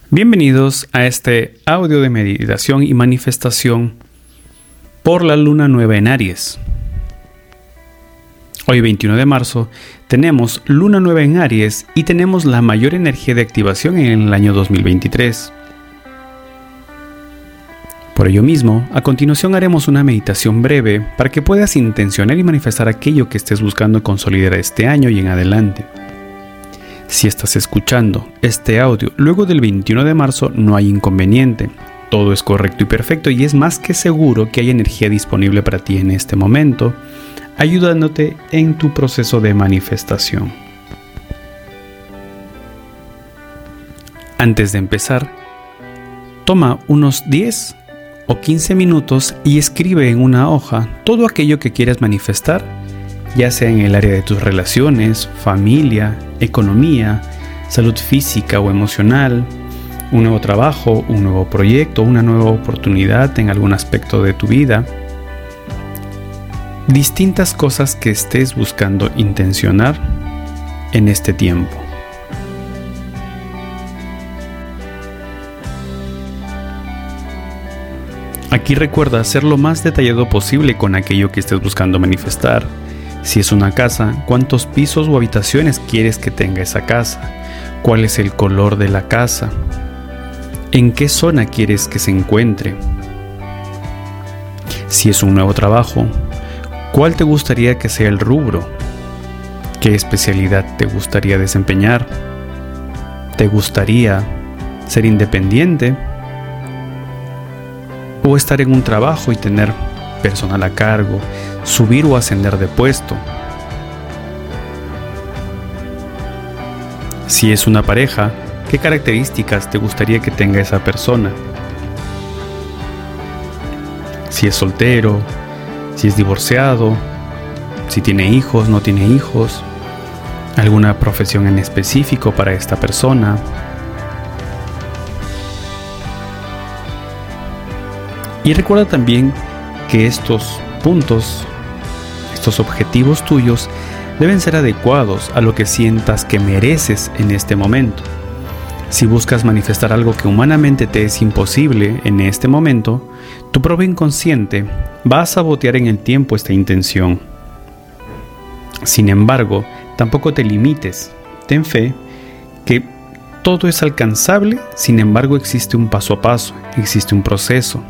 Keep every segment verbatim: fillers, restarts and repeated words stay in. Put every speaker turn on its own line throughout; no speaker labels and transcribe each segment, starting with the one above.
Bienvenidos a este audio de meditación y manifestación por la luna nueva en Aries. Hoy veintiuno de marzo tenemos luna nueva en Aries y tenemos la mayor energía de activación en el año dos mil veintitrés. Por ello mismo, a continuación haremos una meditación breve para que puedas intencionar y manifestar aquello que estés buscando consolidar este año y en adelante. Si estás escuchando este audio luego del veintiuno de marzo, no hay inconveniente. Todo es correcto y perfecto y es más que seguro que hay energía disponible para ti en este momento, ayudándote en tu proceso de manifestación. Antes de empezar, toma unos diez o quince minutos y escribe en una hoja todo aquello que quieras manifestar, ya sea en el área de tus relaciones, familia, economía, salud física o emocional, un nuevo trabajo, un nuevo proyecto, una nueva oportunidad en algún aspecto de tu vida. Distintas cosas que estés buscando intencionar en este tiempo. Aquí recuerda ser lo más detallado posible con aquello que estés buscando manifestar. Si es una casa, ¿cuántos pisos o habitaciones quieres que tenga esa casa? ¿Cuál es el color de la casa? ¿En qué zona quieres que se encuentre? Si es un nuevo trabajo, ¿cuál te gustaría que sea el rubro? ¿Qué especialidad te gustaría desempeñar? ¿Te gustaría ser independiente? ¿O estar en un trabajo y tener personal a cargo, subir o ascender de puesto? Si es una pareja, ¿qué características te gustaría que tenga esa persona? Si es soltero, si es divorciado, si tiene hijos, no tiene hijos, alguna profesión en específico para esta persona. Y recuerda también que estos puntos, estos objetivos tuyos deben ser adecuados a lo que sientas que mereces en este momento. Si buscas manifestar algo que humanamente te es imposible en este momento, tu propio inconsciente va a sabotear en el tiempo esta intención. Sin embargo, tampoco te limites. Ten fe que todo es alcanzable, sin embargo existe un paso a paso, existe un proceso.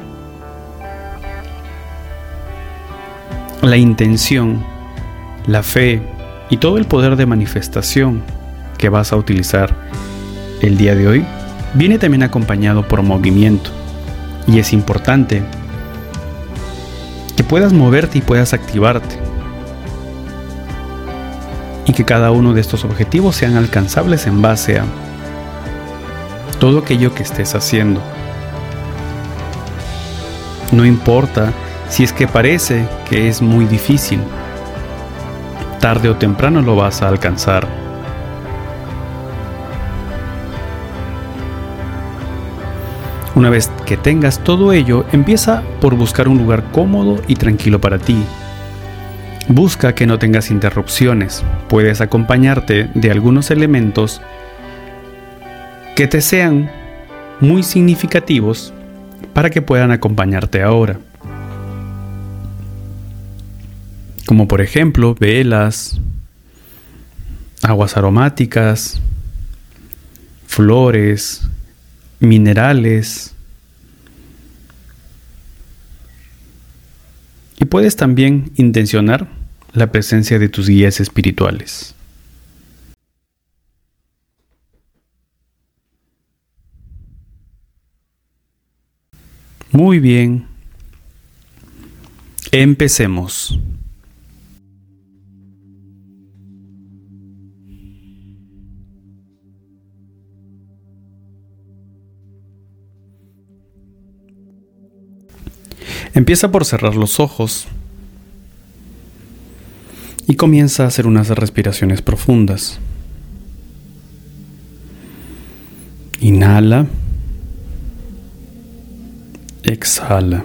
La intención, la fe y todo el poder de manifestación que vas a utilizar el día de hoy viene también acompañado por movimiento, y es importante que puedas moverte y puedas activarte y que cada uno de estos objetivos sean alcanzables en base a todo aquello que estés haciendo. No importa si es que parece que es muy difícil, tarde o temprano lo vas a alcanzar. Una vez que tengas todo ello, empieza por buscar un lugar cómodo y tranquilo para ti. Busca que no tengas interrupciones. Puedes acompañarte de algunos elementos que te sean muy significativos para que puedan acompañarte ahora. Como por ejemplo, velas, aguas aromáticas, flores, minerales. Y puedes también intencionar la presencia de tus guías espirituales. Muy bien. Empecemos. Empieza por cerrar los ojos y comienza a hacer unas respiraciones profundas. Inhala. Exhala.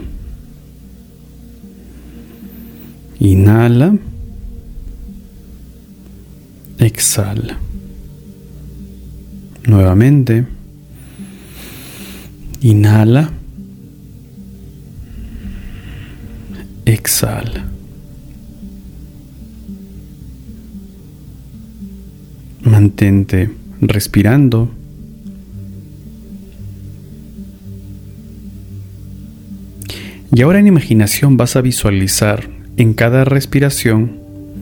Inhala. Exhala. Nuevamente. Inhala. Exhala. Mantente respirando. Y ahora en imaginación vas a visualizar en cada respiración,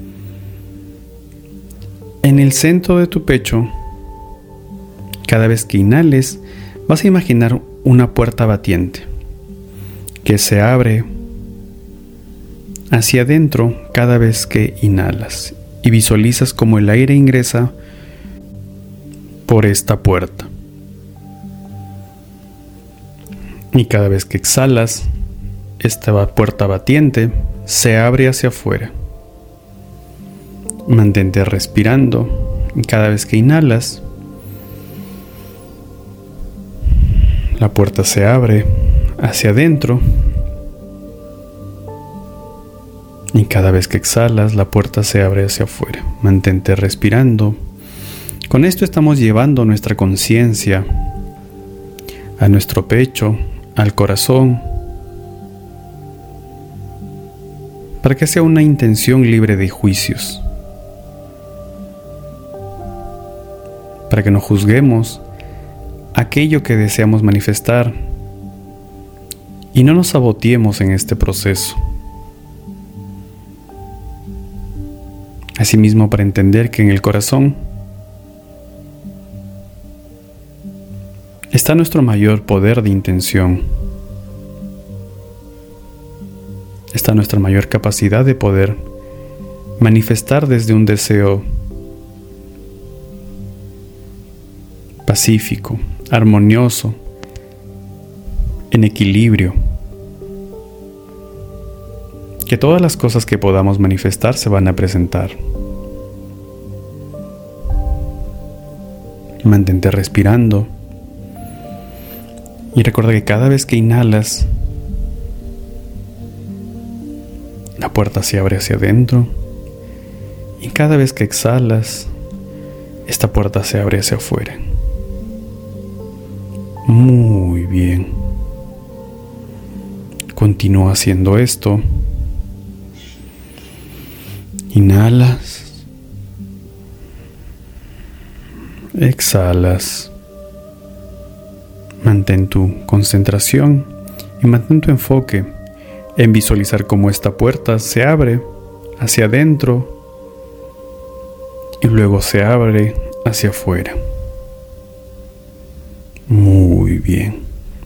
en el centro de tu pecho, cada vez que inhales, vas a imaginar una puerta batiente que se abre hacia adentro cada vez que inhalas y visualizas cómo el aire ingresa por esta puerta. Y cada vez que exhalas, esta puerta batiente se abre hacia afuera. Mantente respirando y cada vez que inhalas, la puerta se abre hacia adentro. Y cada vez que exhalas, la puerta se abre hacia afuera. Mantente respirando. Con esto estamos llevando nuestra conciencia a nuestro pecho, al corazón, para que sea una intención libre de juicios, para que no juzguemos aquello que deseamos manifestar y no nos saboteemos en este proceso. Asimismo, para entender que en el corazón está nuestro mayor poder de intención, está nuestra mayor capacidad de poder manifestar desde un deseo pacífico, armonioso, en equilibrio. Que todas las cosas que podamos manifestar se van a presentar. Mantente respirando. Y recuerda que cada vez que inhalas, la puerta se abre hacia adentro. Y cada vez que exhalas, esta puerta se abre hacia afuera. Muy bien. Continúa haciendo esto. Inhalas. Exhalas. Mantén tu concentración y mantén tu enfoque en visualizar cómo esta puerta se abre hacia adentro y luego se abre hacia afuera. Muy bien.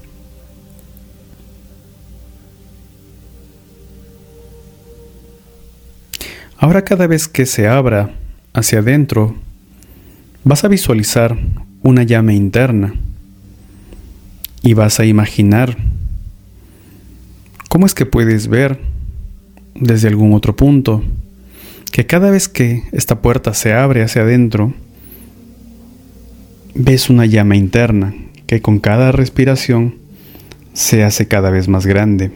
Ahora cada vez que se abra hacia adentro, vas a visualizar una llama interna y vas a imaginar cómo es que puedes ver desde algún otro punto que cada vez que esta puerta se abre hacia adentro, ves una llama interna que con cada respiración se hace cada vez más grande.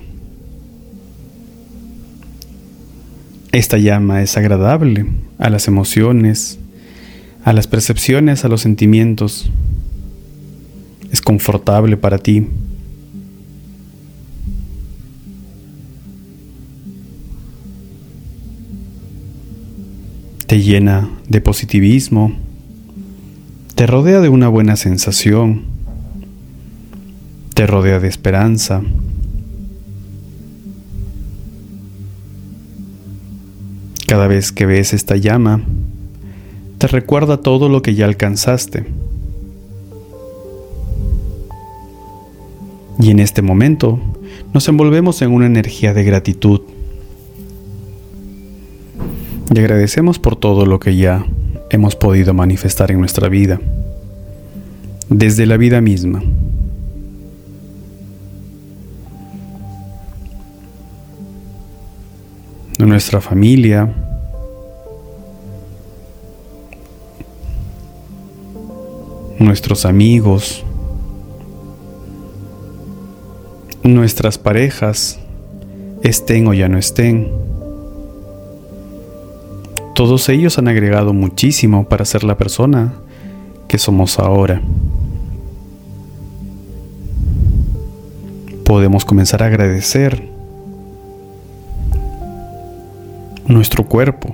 Esta llama es agradable a las emociones, a las percepciones, a los sentimientos. Es confortable para ti. Te llena de positivismo. Te rodea de una buena sensación. Te rodea de esperanza. Cada vez que ves esta llama, te recuerda todo lo que ya alcanzaste. Y en este momento nos envolvemos en una energía de gratitud. Y agradecemos por todo lo que ya hemos podido manifestar en nuestra vida, desde la vida misma. Nuestra familia, nuestros amigos, nuestras parejas, estén o ya no estén. Todos ellos han agregado muchísimo para ser la persona que somos ahora. podemos comenzar a agradecer nuestro cuerpo,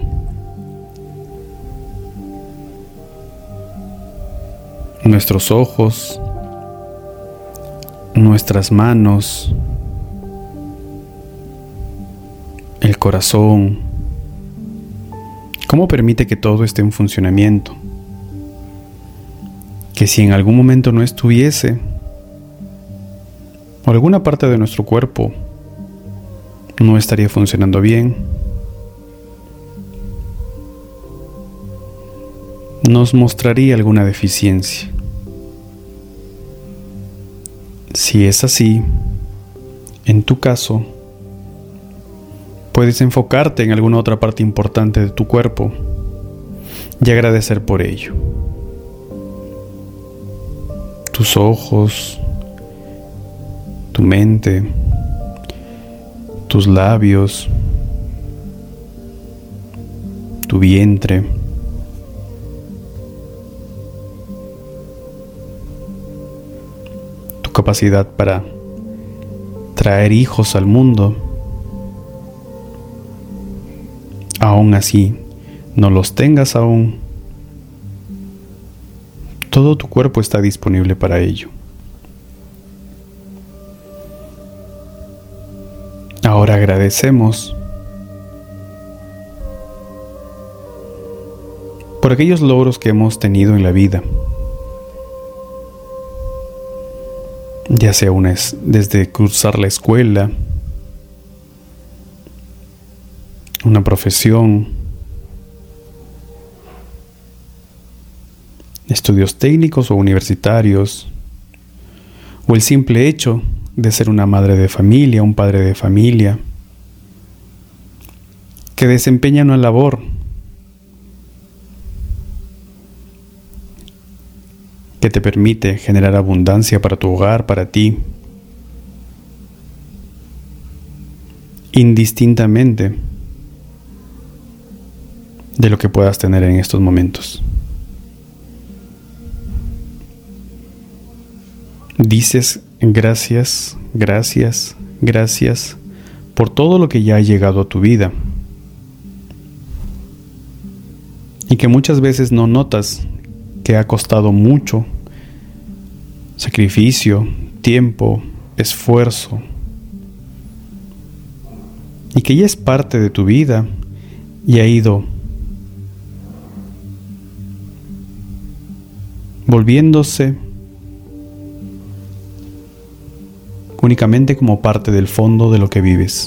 nuestros ojos, nuestras manos, el corazón. ¿Cómo permite que todo esté en funcionamiento? Que si en algún momento no estuviese, o alguna parte de nuestro cuerpo no estaría funcionando bien, nos mostraría alguna deficiencia. Si es así, en tu caso, puedes enfocarte en alguna otra parte importante de tu cuerpo y agradecer por ello. Tus ojos, tu mente, tus labios, tu vientre, tu capacidad para traer hijos al mundo. Aún así, no los tengas aún, todo tu cuerpo está disponible para ello. Ahora agradecemos por aquellos logros que hemos tenido en la vida, ya sea una es desde cursar la escuela, una profesión, estudios técnicos o universitarios, o el simple hecho de ser una madre de familia, un padre de familia, que desempeña una labor que te permite generar abundancia para tu hogar, para ti, indistintamente de lo que puedas tener en estos momentos. Dices gracias, gracias, gracias por todo lo que ya ha llegado a tu vida y que muchas veces no notas que ha costado mucho sacrificio, tiempo, esfuerzo, y que ya es parte de tu vida y ha ido volviéndose únicamente como parte del fondo de lo que vives.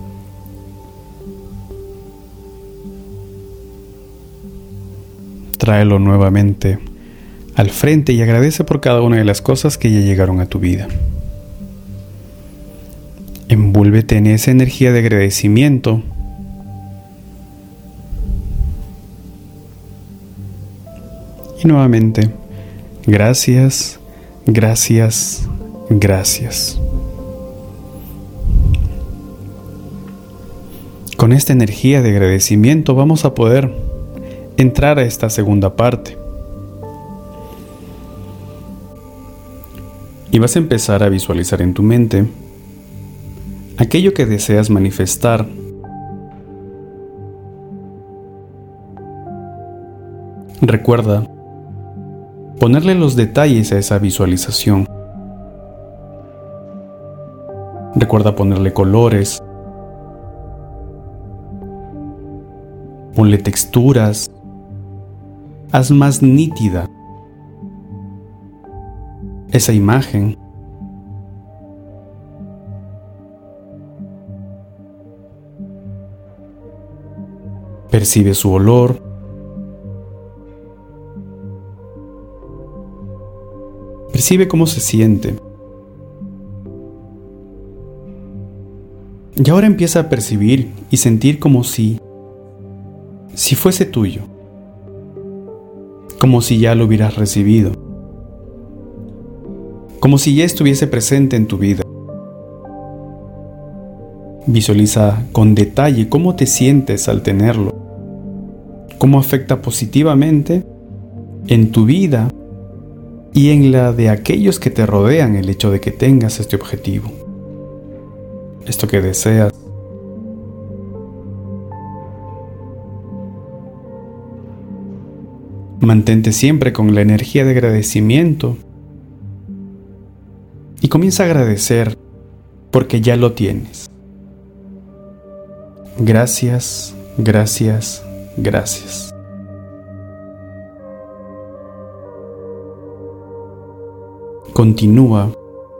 Tráelo nuevamente al frente y agradece por cada una de las cosas que ya llegaron a tu vida. Envuélvete en esa energía de agradecimiento y nuevamente, gracias, gracias, gracias. Con esta energía de agradecimiento vamos a poder entrar a esta segunda parte. Y vas a empezar a visualizar en tu mente aquello que deseas manifestar. Recuerda ponerle los detalles a esa visualización. Recuerda ponerle colores, ponle texturas, haz más nítida esa imagen. Percibe su olor. Percibe cómo se siente. Y ahora empieza a percibir y sentir como si, si fuese tuyo. Como si ya lo hubieras recibido. Como si ya estuviese presente en tu vida. Visualiza con detalle cómo te sientes al tenerlo. Cómo afecta positivamente en tu vida y en la de aquellos que te rodean el hecho de que tengas este objetivo. esto que deseas. Mantente siempre con la energía de agradecimiento y comienza a agradecer porque ya lo tienes. Gracias, gracias, gracias. Continúa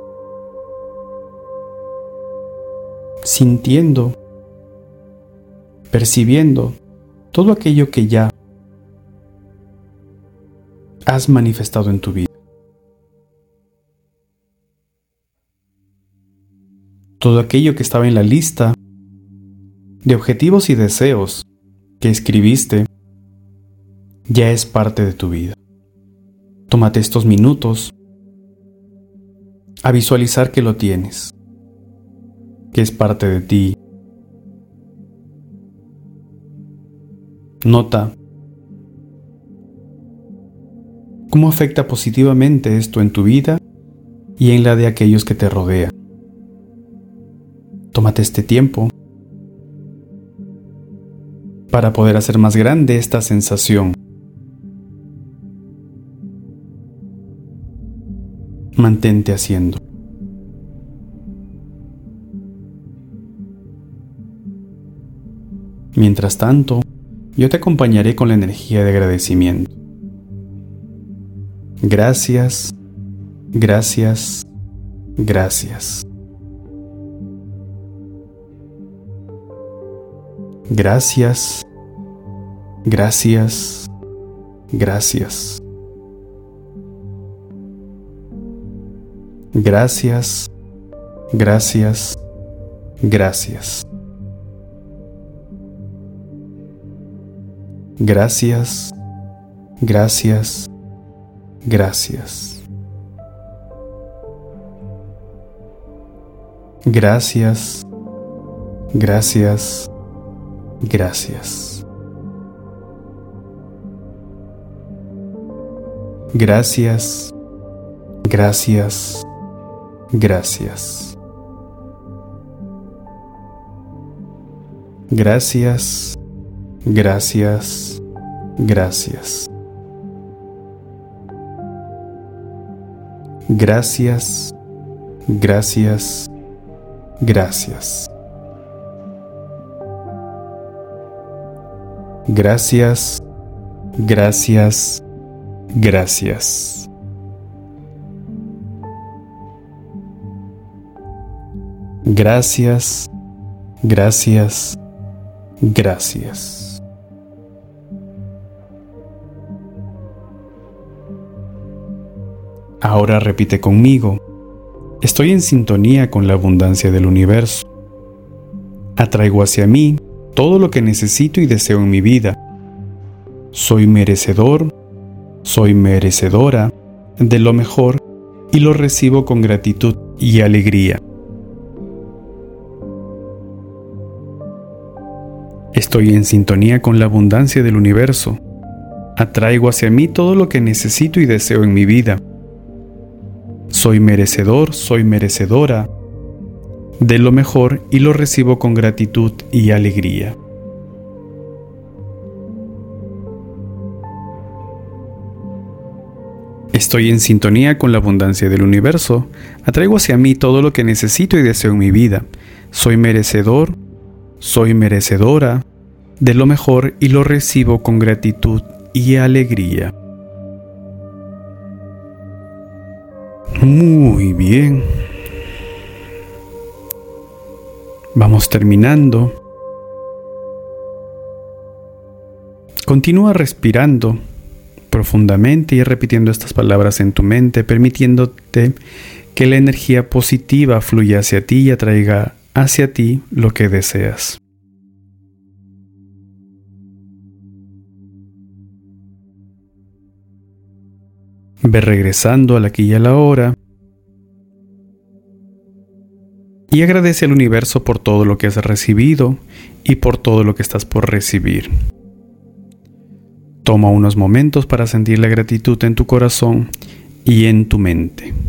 sintiendo, percibiendo todo aquello que ya has manifestado en tu vida. Todo aquello que estaba en la lista de objetivos y deseos que escribiste ya es parte de tu vida. Tómate estos minutos a visualizar que lo tienes, que es parte de ti. Nota cómo afecta positivamente esto en tu vida y en la de aquellos que te rodean. Tómate este tiempo para poder hacer más grande esta sensación. Mantente haciendo. Mientras tanto, yo te acompañaré con la energía de agradecimiento. Gracias, gracias, gracias. Gracias, gracias, gracias. Gracias, gracias, gracias. Gracias, gracias, gracias. Gracias, gracias, gracias. Gracias, gracias, gracias. Gracias, gracias, gracias. Gracias, gracias, gracias. Gracias, gracias, gracias. Gracias, gracias, gracias. Ahora repite conmigo. Estoy en sintonía con la abundancia del universo. Atraigo hacia mí todo lo que necesito y deseo en mi vida. Soy merecedor, soy merecedora de lo mejor y lo recibo con gratitud y alegría. Estoy en sintonía con la abundancia del universo. Atraigo hacia mí todo lo que necesito y deseo en mi vida. Soy merecedor, soy merecedora de lo mejor y lo recibo con gratitud y alegría. Estoy en sintonía con la abundancia del universo. Atraigo hacia mí todo lo que necesito y deseo en mi vida. Soy merecedor, soy merecedora de lo mejor y lo recibo con gratitud y alegría. Muy bien. Vamos terminando. Continúa respirando profundamente y repitiendo estas palabras en tu mente, permitiéndote que la energía positiva fluya hacia ti y atraiga hacia ti lo que deseas. Ve regresando al aquí y a la ahora y agradece al universo por todo lo que has recibido y por todo lo que estás por recibir. Toma unos momentos para sentir la gratitud en tu corazón y en tu mente.